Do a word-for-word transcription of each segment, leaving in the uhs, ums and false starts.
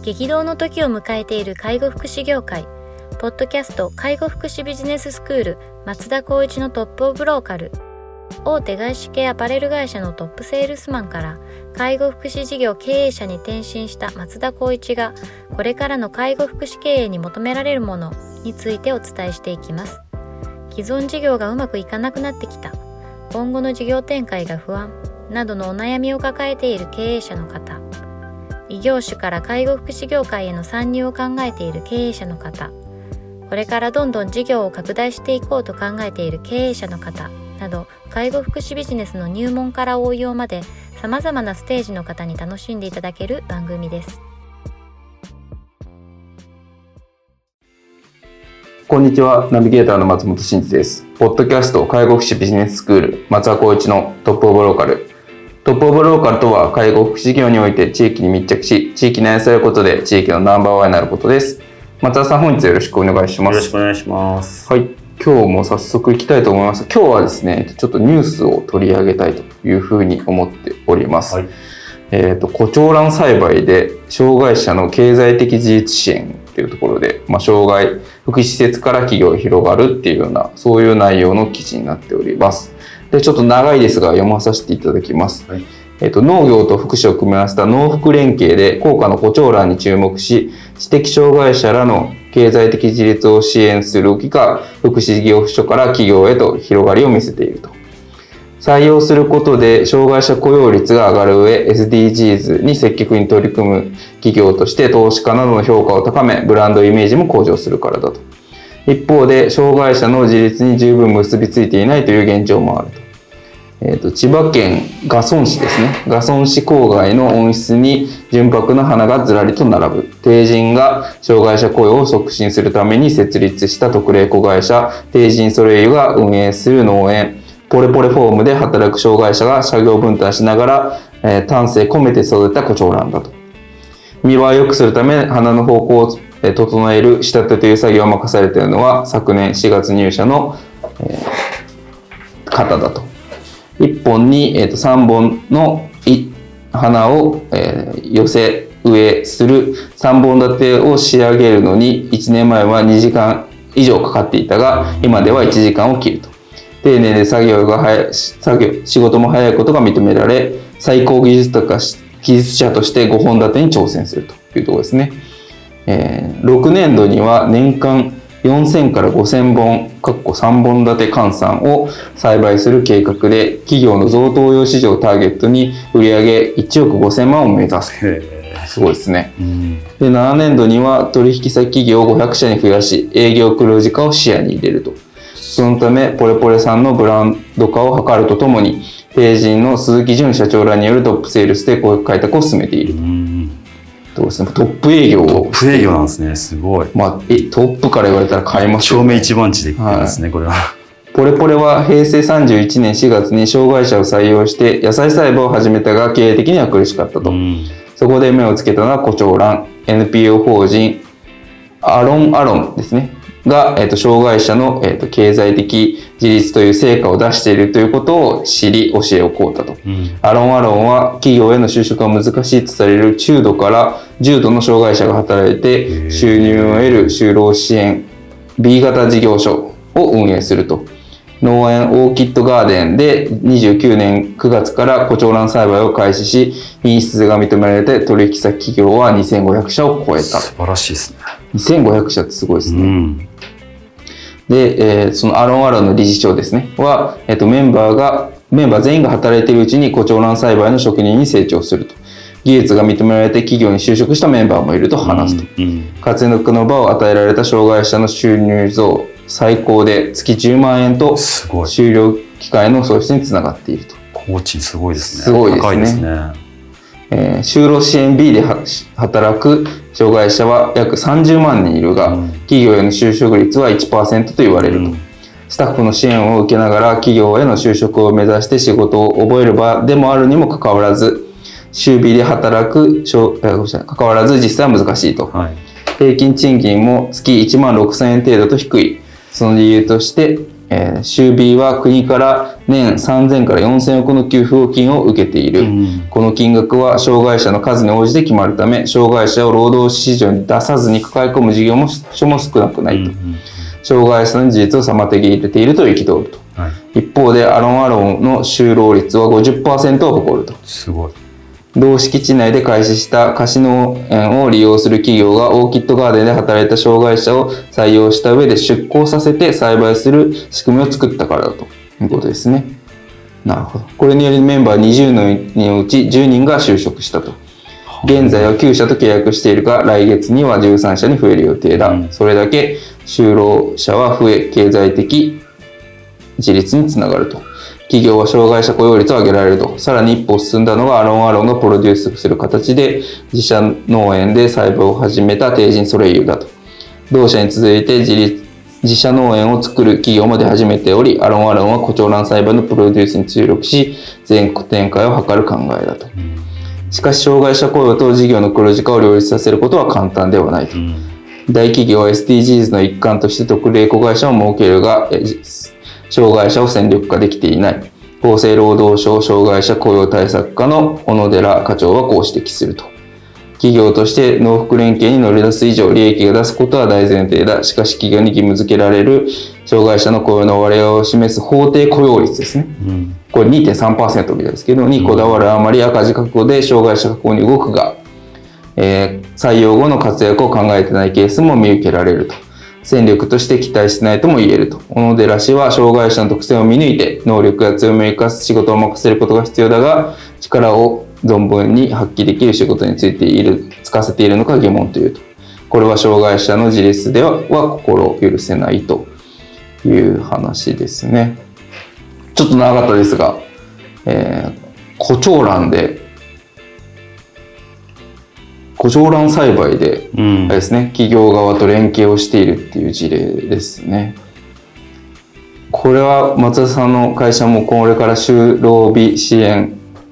激動の時を迎えている介護福祉業界。ポッドキャスト介護福祉ビジネススクール松田光一のトップオブローカル。大手外資系アパレル会社のトップセールスマンから介護福祉事業経営者に転身した松田光一が、これからの介護福祉経営に求められるものについてお伝えしていきます。既存事業がうまくいかなくなってきた、今後の事業展開が不安などのお悩みを抱えている経営者の方、異業種から介護福祉業界への参入を考えている経営者の方、これからどんどん事業を拡大していこうと考えている経営者の方など、介護福祉ビジネスの入門から応用まで様々なステージの方に楽しんでいただける番組です。 こんにちは、ナビゲーターの松本真嗣です。ポッドキャスト介護福祉ビジネススクール松田光一のトップオブローカル。トップオブローカルとは、介護福祉事業において地域に密着し、地域に愛されることで地域のナンバーワンになることです。松田さん、本日よろしくお願いします。 よろしくお願いします。 はい、今日も早速いきたいと思います。今日はですね、ちょっとニュースを取り上げたいというふうに思っております。はい、えっと、コチョウラン栽培で障害者の経済的自立支援というところで、まあ、障害福祉施設から企業へ広がるっていうような、そういう内容の記事になっております。で、ちょっと長いですが読まさせていただきます。はい、えっと、農業と福祉を組み合わせた農福連携で効果のコチョウランに注目し、知的障害者らの経済的自立を支援する動きが福祉事業所から企業へと広がりを見せていると。採用することで障害者雇用率が上がる上、 エスディージーズ に積極に取り組む企業として投資家などの評価を高め、ブランドイメージも向上するからだと。一方で障害者の自立に十分結びついていないという現状もあると。えーと、千葉県我孫市ですね。我孫子郊外の温室に純白の花がずらりと並ぶ。帝人が障害者雇用を促進するために設立した特例子会社、帝人ソレイユが運営する農園、ポレポレフォームで働く障害者が作業分担しながら、えー、丹精込めて育てたコチョウランだと。見栄えを良くするため花の方向を整える仕立てという作業を任されているのは、昨年しがつ入社の、えー、方だと。いっぽんに、えー、とさんぼんの花を、えー、寄せ植えするさんぼん立てを仕上げるのにいちねんまえはにじかん以上かかっていたが、今ではいちじかんを切ると。丁寧で作業が早い作業仕事も早いことが認められ、最高技術とか技術者としてごほん立てに挑戦するというところですね。えー、ろくねんどには年間よんせんからごせんぼんさんぼん立て換算を栽培する計画で、企業の贈答用市場をターゲットに売上いちおくごせんまんを目指す。すごいですね。で、ななねんどには取引先企業をごひゃくしゃに増やし、営業黒字化を視野に入れると。そのためポレポレさんのブランド化を図るとともに、帝人の鈴木淳社長らによるトップセールスで顧客開拓を進めている。トップ営業を。 トップ営業なんですね。すごい。 まあ、えトップから言われたら買いますよね。 照明一番地で言ってますね、はい、これは。 ポレポレはへいせいさんじゅういちねんしがつに障害者を採用して野菜栽培を始めたが、経営的には苦しかったと。うん、そこで目をつけたのはコチョウラン エヌピーオー 法人アロンアロンですね。が、えー、と障害者の、えー、と経済的自立という成果を出しているということを知り、教えを請うたと。うん、アロンアロンは企業への就職が難しいとされる中度から重度の障害者が働いて収入を得る就労支援 ビー 型事業所を運営すると。農園オーキッドガーデンでにじゅうきゅうねんくがつからコチョウラン栽培を開始し、品質が認められて取引先企業はにせんごひゃくしゃを超えた。 素晴らしいですね。 にせんごひゃくしゃってすごいですね。 うん、 で、えー、そのアロンアロンの理事長ですねは、えー、とメンバーがメンバー全員が働いているうちにコチョウラン栽培の職人に成長すると。技術が認められて企業に就職したメンバーもいると話すと。うんうん、活躍の場を与えられた障害者の収入増最高で月じゅうまんえんと就労機会の創出につながっていると。 工賃すごいですね。 すごいですね。 高いですね。 えー、就労支援 ビー で働く障害者は約さんじゅうまんにんいるが、うん、企業への就職率は いちパーセント と言われると。うん、スタッフの支援を受けながら企業への就職を目指して仕事を覚える場でもあるにもかかわらず、週 ビー で働くかかわらず実際は難しいと。はい、平均賃金も月いちまんろくせんえん程度と低い。その理由としてえー、シュービーは国から年さんぜんからよんせんおくの給付金を受けている、うん、この金額は障害者の数に応じて決まるため、障害者を労働市場に出さずに抱え込む事業もも少なくないと、うん、障害者の自立を妨げていると憤ると、はい、一方でアロンアロンの就労率は ごじゅっパーセント を誇ると。 すごい。 同敷地内で開始した貸し農園を利用する企業がオーキッドガーデンで働いた障害者を採用した上で出向させて栽培する仕組みを作ったからだということですね。なるほど。これによりメンバーにじゅうにんのうちじゅうにんが就職したと。現在はきゅうしゃと契約しているが、来月にはじゅうさんしゃに増える予定だ。うん、それだけ就労者は増え、経済的自立につながると。企業は障害者雇用率を上げられると。さらに一歩進んだのがアロンアロンがプロデュースする形で自社農園で栽培を始めた帝人ソレイユだと。同社に続いて自立自社農園を作る企業も出始めており、アロンアロンはコチョウラン栽培のプロデュースに注力し、全国展開を図る考えだと。しかし障害者雇用と事業の黒字化を両立させることは簡単ではないと。大企業は エスディージーズ の一環として特例子会社を設けるが、障害者を戦力化できていない。厚生労働省障害者雇用対策課の小野寺課長はこう指摘すると。企業として農福連携に乗り出す以上利益が出すことは大前提だ。しかし企業に義務付けられる障害者の雇用の割合を示す法定雇用率ですね。うん、これ にてんさんパーセント みたいですけど、にこだわるあまり赤字覚悟で障害者確保に動くが、えー、採用後の活躍を考えてないケースも見受けられると。戦力として期待してないとも言えると。小野寺氏は障害者の特性を見抜いて能力や強みを生かす仕事を任せることが必要だが、力を存分に発揮できる仕事についている、つかせているのか疑問というと。これは障害者の自立では心を許せないという話ですね。ちょっと長かったですが、えー、コチョウランで、コチョウラン栽培で、うん、あれですね、企業側と連携をしているっていう事例ですね。これは松田さんの会社もこれから就労日支援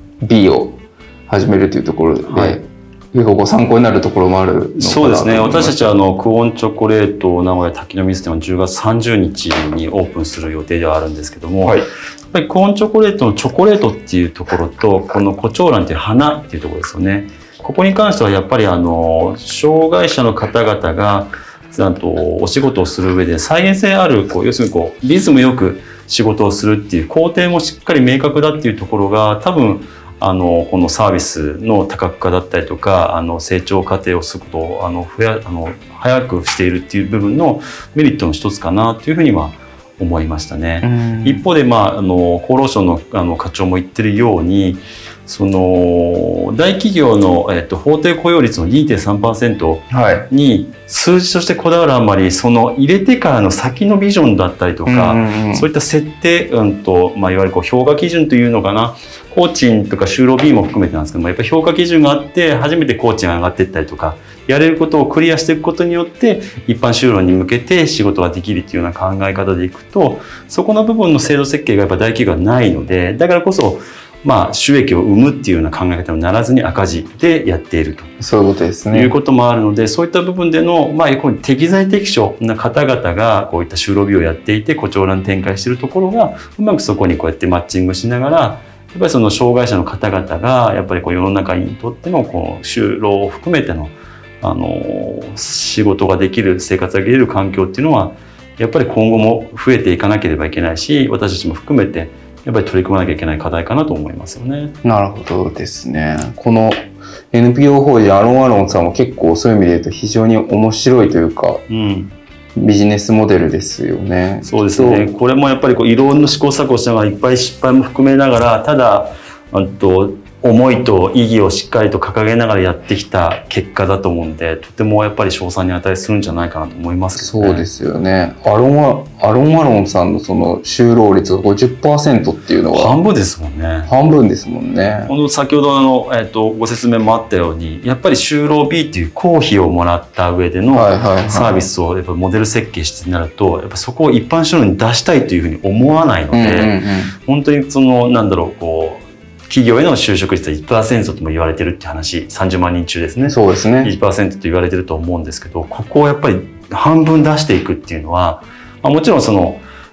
B を始めるというところで、はい、結構ご参考になるところもあるのかなと。 そうですね。私たちはあのクオンチョコレート名古屋滝の水店をじゅうがつさんじゅうにちにオープンする予定ではあるんですけども、はい、やっぱりクオンチョコレートのチョコレートっていうところと、このコチョウランっていう花っていうところですよね。ここに関してはやっぱりあの障害者の方々がなんとお仕事をする上で再現性あるこう要するにこうリズムよく仕事をするっていう工程もしっかり明確だっていうところが多分あのこのサービスの多角化だったりとかあの成長過程をすることをあのふやあの早くしているっていう部分のメリットの一つかなというふうには思いましたね。一方で、まあ、あの厚労省のあの課長も言ってるようにその大企業の、えっと、法定雇用率の にてんさんパーセント に数字としてこだわるあまりその入れてからの先のビジョンだったりとか、うんうん、そういった設定、うんとまあ、いわゆるこう評価基準というのかな工賃とか就労 B も含めてなんですけどもやっぱり評価基準があって初めて工賃が上がっていったりとかやれることをクリアしていくことによって一般就労に向けて仕事ができるというような考え方でいくとそこの部分の制度設計がやっぱ大企業はないのでだからこそまあ、収益を生むっていうような考え方にならずに赤字でやっているとそういうことですね。 いうこともあるのでそういった部分での、まあ、適材適所な方々がこういった就労日をやっていてコチョウラン展開しているところがうまくそこにこうやってマッチングしながらやっぱりその障害者の方々がやっぱりこう世の中にとってのこう就労を含めての、あの仕事ができる生活ができる環境っていうのはやっぱり今後も増えていかなければいけないし私たちも含めてやっぱり取り組まなきゃいけない課題かなと思いますよね。 なるほどですね。この エヌピーオー 法人アロンアロンさんは結構そういう意味で言うと非常に面白いというか、うん、ビジネスモデルですよね。 そうですね。これもやっぱりこういろんな試行錯誤しながらいっぱい失敗も含めながらただあと思いと意義をしっかりと掲げながらやってきた結果だと思うんでとてもやっぱり賞賛に値するんじゃないかなと思いますけどね。 そうですよね。アロンア、アロンアロンさんのその就労率が ごじゅっパーセント っていうのは半分ですもんね。 半分ですもんね。 この先ほどの、えー、とご説明もあったようにやっぱり就労 B っていう公費をもらった上でのサービスをやっぱモデル設計してなるとやっぱそこを一般就労に出したいというふうに思わないので、うんうんうん、本当にそのなんだろうこう企業への就職率は いちパーセント とも言われてるって話さんじゅうまんにん中ですね。 そうですね。 いちパーセント と言われてると思うんですけどここをやっぱり半分出していくっていうのは、まあ、もちろんその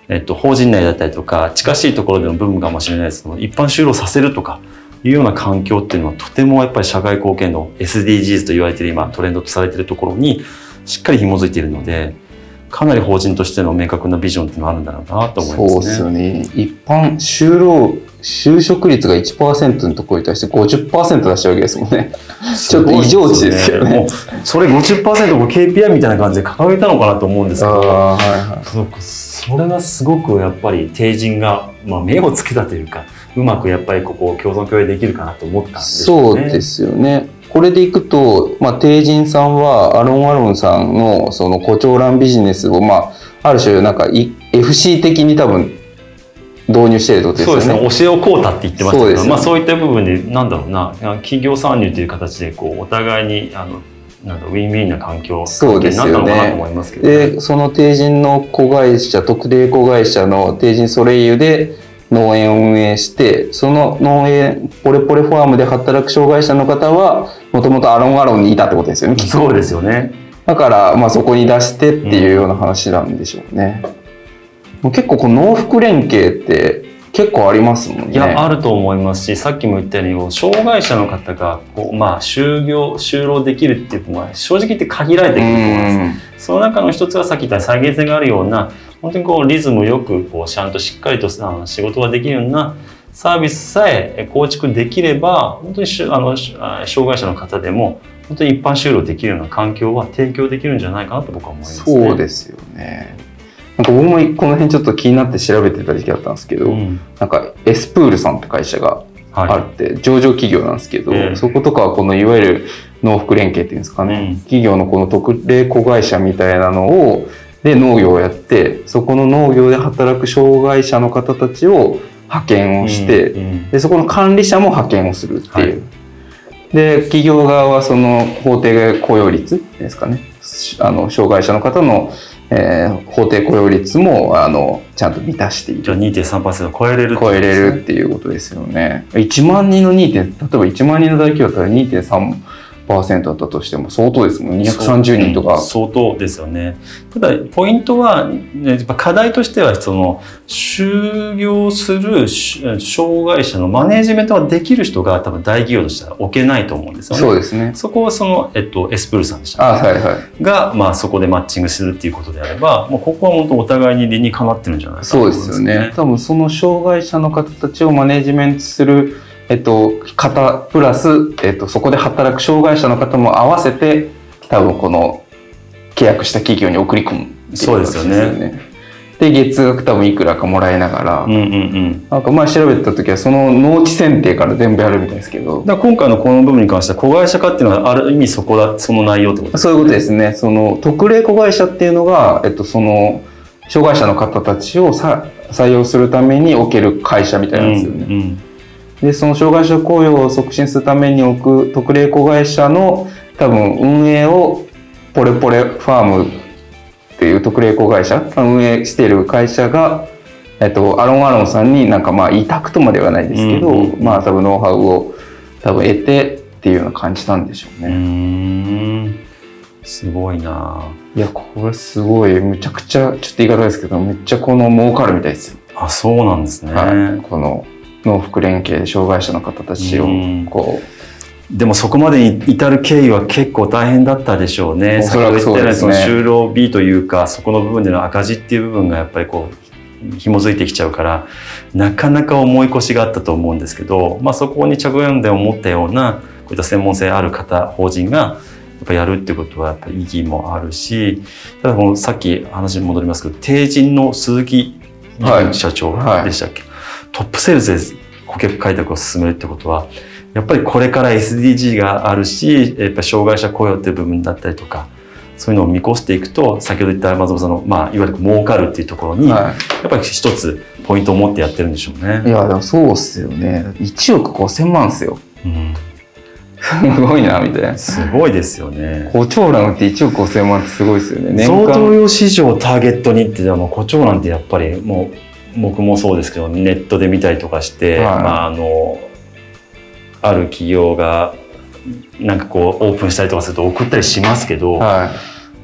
えっと、法人内だったりとか近しいところでの部分かもしれないですけど、一般就労させるとかいうような環境っていうのはとてもやっぱり社会貢献の エスディージーズ と言われている今トレンドとされているところにしっかり紐づいているので、かなり法人としての明確なビジョンっていうのがあるんだろうなと思いますね。 そうですよね。一般就労就職率が いちパーセント のところに対して ごじゅっパーセント 出したわけですもんね。ちょっと異常値ですよね。もうそれ ごじゅっパーセント を ケーピーアイ みたいな感じで掲げたのかなと思うんですけど、 あ、はいはい、 そ, それがすごくやっぱり帝人が、まあ、目をつけたというか、うまくやっぱりここを共存共栄できるかなと思ったんですよね。 そうですよね。これでいくと、まあ、帝人さんはアロン・アロンさんのそのコチョウランビジネスを、まあ、ある種なんか エフシー 的に多分導入しているってことですよね。 そうですね。教えをこうたって言ってましたけど、そう、ね、まあ、そういった部分でなんだろうな、企業参入という形でこうお互いにあのなんだウィンウィンな環境関係になったのかなと思いますけど、ね、 でその帝人の子会社特例子会社の帝人ソレイユで農園を運営して、その農園ポレポレファームで働く障害者の方はもともとアロンアロンにいたってことですよね。 そうですよね。 だから、まあ、そこに出してっていうような話なんでしょうね。うん、結構この農福連携って結構ありますもんね。 いや、あると思いますし、さっきも言ったように障害者の方がこう、まあ、就業就労できるっていうのは正直言って限られてくると思います。その中の一つはさっき言った再現性があるような本当にこうリズムよくこうちゃんとしっかりと仕事ができるようなサービスさえ構築できれば、本当にあの障害者の方でも本当に一般就労できるような環境は提供できるんじゃないかなと僕は思いますね。 そうですよね。なんか僕もこの辺ちょっと気になって調べてた時期だったんですけど、うん、なんかエスプールさんって会社があって、はい、上場企業なんですけど、えー、そことかはこのいわゆる農福連携っていうんですかね、うん、企業のこの特例子会社みたいなのをで農業をやって、そこの農業で働く障害者の方たちを派遣をして、うんうん、でそこの管理者も派遣をするっていう、はい、で企業側はその法定雇用率ですかね、あの障害者の方の、えー、法定雇用率もあのちゃんと満たしている。 じゃあ にてんさんパーセント 超えれるって超えれるっていうことですよね。いちまんにんのにてん例えばいちまんにんの大企業だったら にてんさんパーセント だったとしても相当ですもん。にひゃくさんじゅうにんとか相当ですよね。ただポイントはやっぱ課題としてはその就業する障害者のマネージメントができる人が多分大企業としては置けないと思うんですよね。 そうですね。 そこはその、えっと、エスプールさんでした、ね、 あ、はいはい、 が、まあ、そこでマッチングするっていうことであれば、もうここは本当お互いに理にかなってるんじゃないかなと思いますね。 そうですよね。多分その障害者の方たちをマネージメントするえっと、方プラス、えっと、そこで働く障害者の方も合わせて多分この契約した企業に送り込むっていう、 そうですよね。 で月額多分いくらかもらいながら、うんうんうん、なんか前調べた時はその農地選定から全部やるみたいですけど、 だから今回のこの部分に関しては子会社化っていうのはある意味そこだその内容ってことですか？ そういうことですね。その特例子会社っていうのが、えっと、その障害者の方たちをさ採用するためにおける会社みたいなんですよね。うんうん、でその障害者雇用を促進するために置く特例子会社の多分運営をポレポレファームっていう特例子会社運営している会社が、えっと、アロンアロンさんになんかまあ委託とまではないですけど、うんうん、まあ多分ノウハウを多分得てっていうような感じなんでしょうね。うーん、すごいな。 いやこれすごいむちゃくちゃちょっと言い方ですけどめっちゃこの儲かるみたいですよ。 あ、そうなんですね。 はい、この農福連携で障害者の方たちをこう。 でもそこまでに至る経緯は結構大変だったでしょうね。 おそらくそうですね。 先ほど言ったようにその就労 B というかそこの部分での赤字っていう部分がやっぱりこう紐づいてきちゃうからなかなか重い腰があったと思うんですけど、まあ、そこに着眼点を持ったようなこういった専門性ある方法人がやっぱやるってことはやっぱり意義もあるし、ただこのさっき話に戻りますけど帝人の鈴木社長でしたっけ、はいはい、トップセールスで顧客開拓を進めるってことはやっぱりこれから エスディージー があるし、やっぱ障害者雇用っていう部分だったりとかそういうのを見越していくと先ほど言った松本さんの、まあ、いわゆる儲かるっていうところに、はい、やっぱり一つポイントを持ってやってるんでしょうね。 いやでもそうっすよね。いちおくごせんまんっすよ、うん、すごいなみたいな。 すごいですよね。 コチョウランっていちおくごせんまんってすごいですよね。年間贈答用市場をターゲットにってあのコチョウランってやっぱりもう僕もそうですけどネットで見たりとかして、はい、まああのある企業がなんかこうオープンしたりとかすると送ったりしますけど、は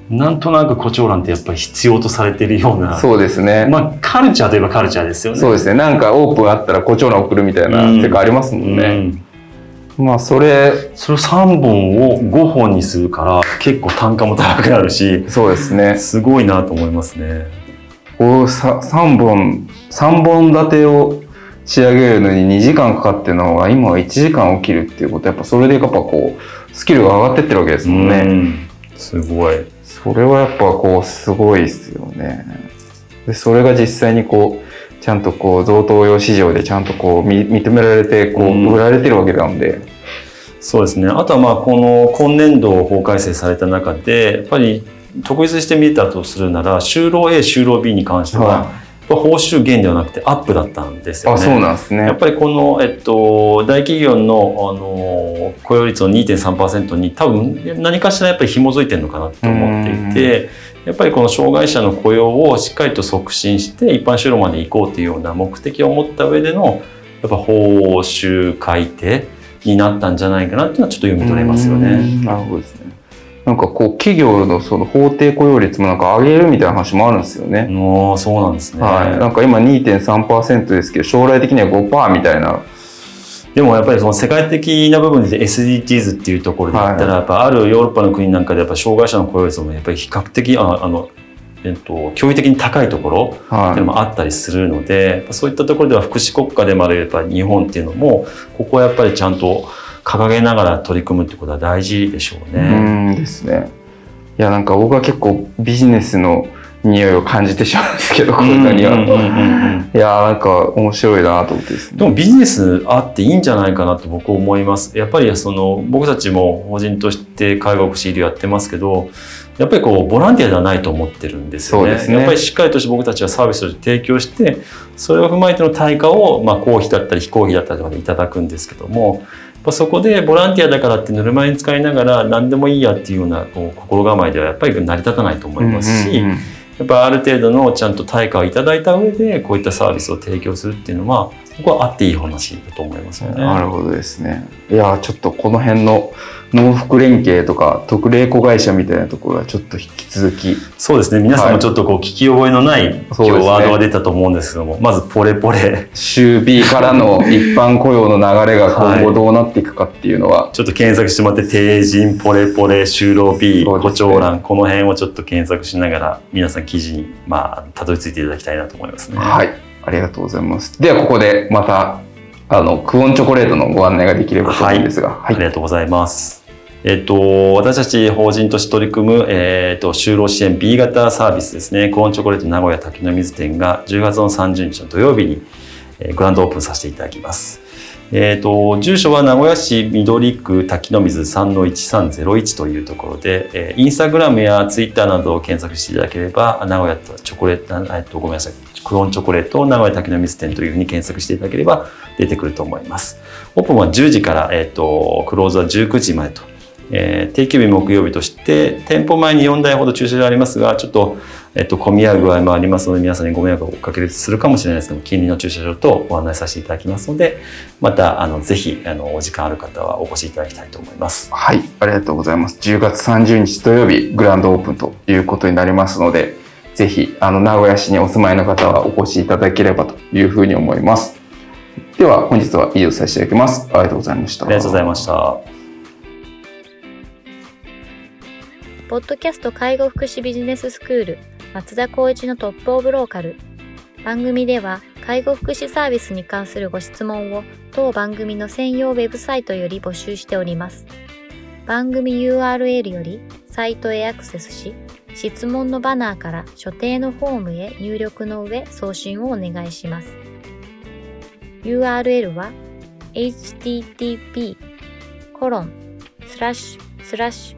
なんとなく胡蝶蘭ってやっぱり必要とされているような。 そうですね。 まあカルチャーといえばカルチャーですよね。 そうですね。なんかオープンあったら胡蝶蘭送るみたいな世界ありますもんね。うんうん、まあそれそれをさんぼんをごほんにするから結構単価も高くなるし、 そうですね。 すごいなと思いますね。 こうささんぼんさんぼん立てを仕上げるのににじかんかかってるのが今はいちじかん起きるっていうことはやっぱそれでやっぱこうスキルが上がってってるわけですもんね。うん、 すごい。 それはやっぱこうすごいですよね。でそれが実際にこうちゃんとこう贈答用市場でちゃんとこう認められてこう売られてるわけなので、うん、 そうですね。あとはまあこの今年度法改正された中でやっぱり特筆してみたとするなら就労 A 就労 B に関しては、はい、報酬減ではなくてアップだったんですよね。 あ、そうなんですね。 やっぱりこの、えっと、大企業の、あの雇用率の にてんさんパーセント に多分何かしらやっぱり紐づいてるのかなと思っていて、やっぱりこの障害者の雇用をしっかりと促進して一般就労まで行こうというような目的を持った上でのやっぱ報酬改定になったんじゃないかなっていうのはちょっと読み取れますよね。 なるほどですね。なんかこう企業のその法定雇用率もなんか上げるみたいな話もあるんですよね。 ああ、そうなんですね。 はい。なんか今 にてんさんパーセント ですけど将来的には ごパーセント みたいな。 でもやっぱりその世界的な部分で エスディージーズ っていうところで言ったら、やっぱあるヨーロッパの国なんかでやっぱ障害者の雇用率もやっぱり比較的ああのえっと驚異的に高いところっていうのもあったりするので、はい、そういったところでは福祉国家でもあるやっぱり日本っていうのもここはやっぱりちゃんと掲げながら取り組むってことは大事でしょうね。 うんですね。いやなんか僕は結構ビジネスの匂いを感じてしまうんですけど、こんなには。いやなんか面白いなと思ってですね。 でもビジネスあっていいんじゃないかなと僕思います。やっぱりその僕たちも法人として介護福祉医療やってますけど、やっぱりこうボランティアではないと思ってるんですよね。そうですね。やっぱりしっかりとして僕たちはサービスを提供して、それを踏まえての対価をまあ公費だったり非公費だったりとかでいただくんですけども。そこでボランティアだからってぬるま湯に使いながら何でもいいやっていうようなこう心構えではやっぱり成り立たないと思いますし、うんうんうん、やっぱある程度のちゃんと対価をいただいた上でこういったサービスを提供するっていうのは僕はあっていい話だと思いますよね。 なるほどですね。いやちょっとこの辺の農福連携とか特例子会社みたいなところはちょっと引き続きそうですね。皆さんもちょっとこう聞き覚えのない、はい、今日ワードが出たと思うんですけども、ね、まずポレポレ週 B からの一般雇用の流れが今後どうなっていくかっていうのは、はい、 ちょっと検索してもらって帝人ポレポレ就労 B 胡蝶蘭、この辺をちょっと検索しながら皆さん記事にまあたどり着いていただきたいなと思いますね。 はい、ありがとうございます。ではここでまたあのクオンチョコレートのご案内ができればと思うんですが、はいはい、ありがとうございます。えっと、私たち法人として取り組む、えっと、就労支援 B 型サービスですね、クオンチョコレート名古屋滝の水店がじゅうがつのさんじゅうにちの土曜日に、えー、グランドオープンさせていただきます。えっと、住所は名古屋市緑区滝の水 さんのいちさんゼロいち というところで、えー、インスタグラムやツイッターなどを検索していただければ、名古屋チョコレート、えっと、ごめんなさい、クオンチョコレート名古屋滝の水店というふうに検索していただければ出てくると思います。オープンはじゅうじから、えっと、クローズはじゅうくじまでと。えー、定休日木曜日として店舗前によんだいほど駐車場ありますがちょっと、えっと、混み合う具合もありますので皆さんにご迷惑をおかけするかもしれないですけど近隣の駐車場とご案内させていただきますのでまたあのぜひあのお時間ある方はお越しいただきたいと思います。 はい、ありがとうございます。じゅうがつさんじゅうにち土曜日グランドオープンということになりますのでぜひあの名古屋市にお住まいの方はお越しいただければというふうに思います。では本日は以上させていただきます。ありがとうございました。 ありがとうございました。 ポッドキャスト介護福祉ビジネススクール松田光一のトップオブローカル。番組では介護福祉サービスに関するご質問を当番組の専用ウェブサイトより募集しております。番組 ユーアールエル よりサイトへアクセスし、質問のバナーから所定のフォームへ入力の上送信をお願いします。ユーアールエル は エイチティーティーピーコロンスラッシュスラッシュ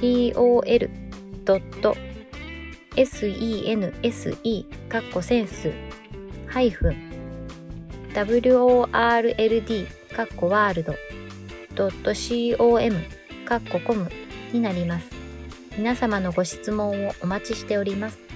tol.sense かっこセンスハイフン world かっこワールド .com かっこコムになります。皆様のご質問をお待ちしております。